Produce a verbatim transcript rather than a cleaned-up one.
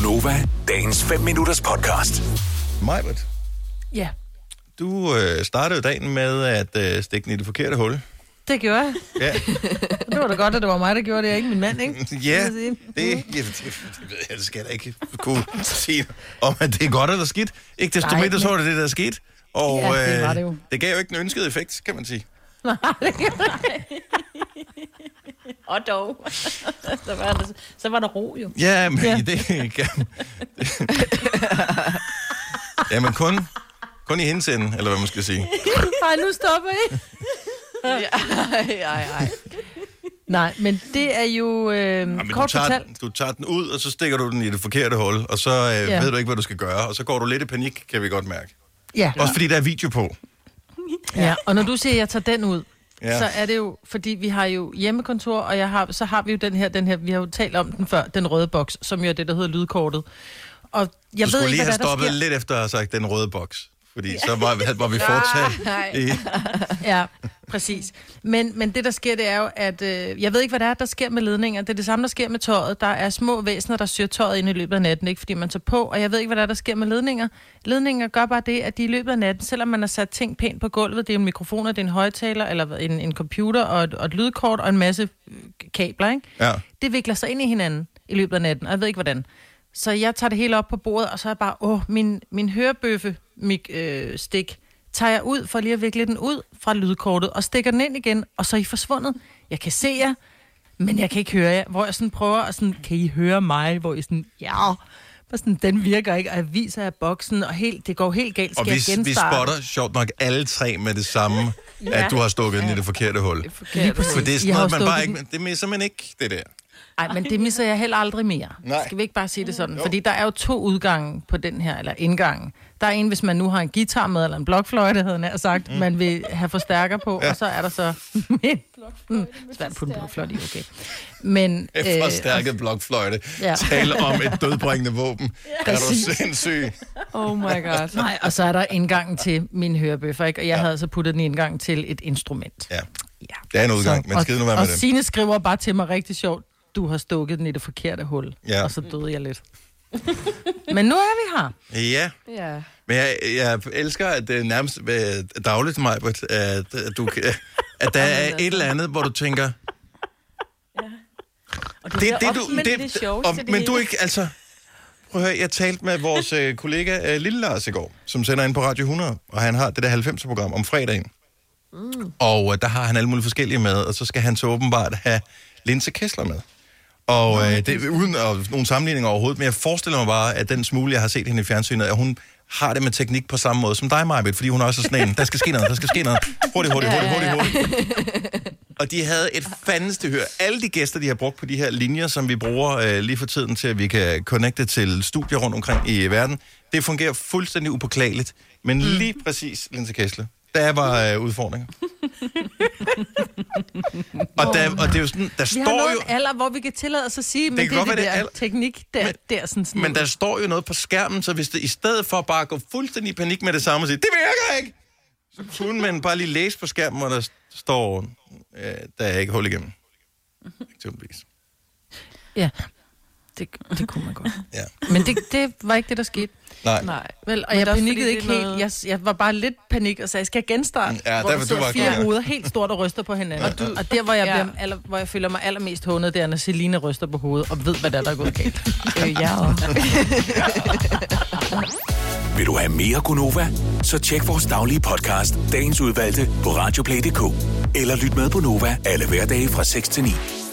Gonova, dagens fem minutters podcast. Majbert, Ja, du øh, startede dagen med at øh, stikke den i det forkerte hul. det gjorde jeg. Ja, Det var da godt, at det var mig, der gjorde det, og ikke min mand, ikke? ja Kan man sige. det, ja, det, det, det skal jeg da ikke kunne sige om, at det er godt eller skidt. Ikke desto Nej, mindre så men- var det det, der skete. Og Ja, det var det øh, jo. det gav jo ikke den ønskede effekt, kan man sige. Og dog. så, var der, så var der ro jo. Ja, men Ja. ja. det kan... ja, men kun, kun i hensenden, eller hvad man skal sige. Nej, nu stopper I. Ej, ej, ej. Nej, men det er jo øh, Ja, men du, kort tager, fortalt. den- du tager den ud, og så stikker du den i det forkerte hul, og så øh, Ja. ved du ikke, hvad du skal gøre, og så går du lidt i panik, kan vi godt mærke. Ja. Også fordi der er video på. ja, og når du siger, at jeg tager den ud, Ja. ja. så er det jo, fordi vi har jo hjemmekontor, og jeg har, så har vi jo den her, den her, vi har jo talt om den før, den røde boks, som jo er det, der hedder lydkortet. Og jeg Du ved skulle ikke, lige hvad have der, der stoppet sker. lidt efter at have sagt den røde boks. Fordi så var, var vi fortsat Nej. i... Ja, præcis. Men, men det, der sker, det er jo, at øh, jeg ved ikke, hvad der er, der sker med ledninger. Det er det samme, der sker med tøjet. Der er små væsener, der syr tøjet ind i løbet af natten, ikke fordi man tager på. Og jeg ved ikke, hvad der er, der sker med ledninger. Ledninger gør bare det, at de i løbet af natten, selvom man har sat ting pænt på gulvet, det er en mikrofon, det er en højtaler, eller en, en computer, og et, og et lydkort, og en masse øh, kabler, ikke? Ja. Det vikler sig ind i hinanden i løbet af natten, og jeg ved ikke, hvordan. Så jeg tager det hele op på bordet, og så er jeg bare, åh, min, min hørebøffe mik, øh, stik, tager jeg ud for lige at vikle den ud fra lydkortet, og stikker den ind igen, og så er I forsvundet. Jeg kan se jer, men jeg kan ikke høre jer. Hvor jeg sådan prøver, og sådan, kan I høre mig? Hvor I sådan, ja, og sådan, den virker ikke, og jeg viser jer boksen, og helt, det går helt galt. Og Skal vi, jeg vi genstarte? spotter sjovt nok alle tre med det samme, Ja. at du har stukket den i det forkerte hul. Forkert. For det er I sådan har noget, jo man bare stukket ikke... Det misser man ikke, det der. Nej, men det misser jeg heller aldrig mere. Nej. Skal vi ikke bare sige det sådan? Jo. Fordi der er jo to udgange på den her, eller indgangen. Der er en, hvis man nu har en guitar med, eller en blokfløjte, havde jeg sagt, mm. man vil have forstærker på, Ja. og så er der så... mm, svært på en blokfløjte, okay. Men... Øh, Forstærket blokfløjte. Ja. Tale om et dødbringende våben. Er du Præcis. sindssyg? Oh my god. Nej, og så er der indgangen til min hørebøffer, ikke? Og jeg ja. havde så puttet den i indgang til et instrument. Ja, Ja. det er en udgang, Så- men skide nu være og, med og det. Signe skriver bare til mig rigtig sjovt, du har stukket den i det forkerte hul. Ja. Og så døde jeg lidt. Men nu er vi her. Ja, Ja. men jeg, jeg elsker, at det er nærmest øh, dagligt til mig, at, at, du, kan- at der er et eller andet, hvor du tænker... Og du Det, bliver det, du, opsmidt i det, det det, sjoveste, og, det men du hele. ikke, altså... Prøv at høre, jeg talte med vores øh, kollega øh, Lille Lars i går, som sender ind på Radio hundrede, og han har det der halvfemser-program om fredagen. Mm. Og øh, der har han alle mulige forskellige med, og så skal han så åbenbart have Linse Kessler med. Og øh, det er uden at, nogen sammenligninger overhovedet, men jeg forestiller mig bare, at den smule, jeg har set hende i fjernsynet, at hun har det med teknik på samme måde som dig, Majbet, fordi hun også er sådan en, der skal ske noget, der skal ske noget. Hurtigt, hurtigt, hurtigt, hurtigt, hurtigt. Og de havde et fandeste hør. Alle de gæster, de har brugt på de her linjer, som vi bruger øh, lige for tiden til, at vi kan connecte til studier rundt omkring i verden, det fungerer fuldstændig upåklageligt. Men mm. lige præcis, Linse Kessler, der var øh, udfordringer. og, der, og det er jo sådan, der Vi står har nået jo... en alder, hvor vi kan tillade os at sige, men kan det, godt er det være, der det er al- teknik, der, Men- der sådan sådan Men der står jo noget på skærmen, så hvis det i stedet for bare at gå fuldstændig i panik med det samme og sige, det virker ikke, så kunne man bare lige læse på skærmen, hvor der står, øh, der er ikke hul igennem. Eksempelvis. Ja, det, det kunne man godt. Ja. Men det, det var ikke det, der skete. Nej. Nej. Vel, og Men jeg det er også panikkede fordi, ikke det er helt. noget- Jeg, jeg var bare lidt panik og sagde, skal jeg genstarte? Ja, hvor derfor der du sidder var fire klar. hoveder helt stort og ryster på hinanden. Og, du, og der, hvor jeg, Ja. bliver, aller, hvor jeg føler mig allermest hånet, det er, når Celine ryster på hovedet og ved, hvad der er, der er gået galt. Øh, ja, og... Vil du have mere Gonova? Så tjek vores daglige podcast, dagens udvalgte, på radioplay punktum d k. Eller lyt med på Nova alle hverdage fra seks til ni.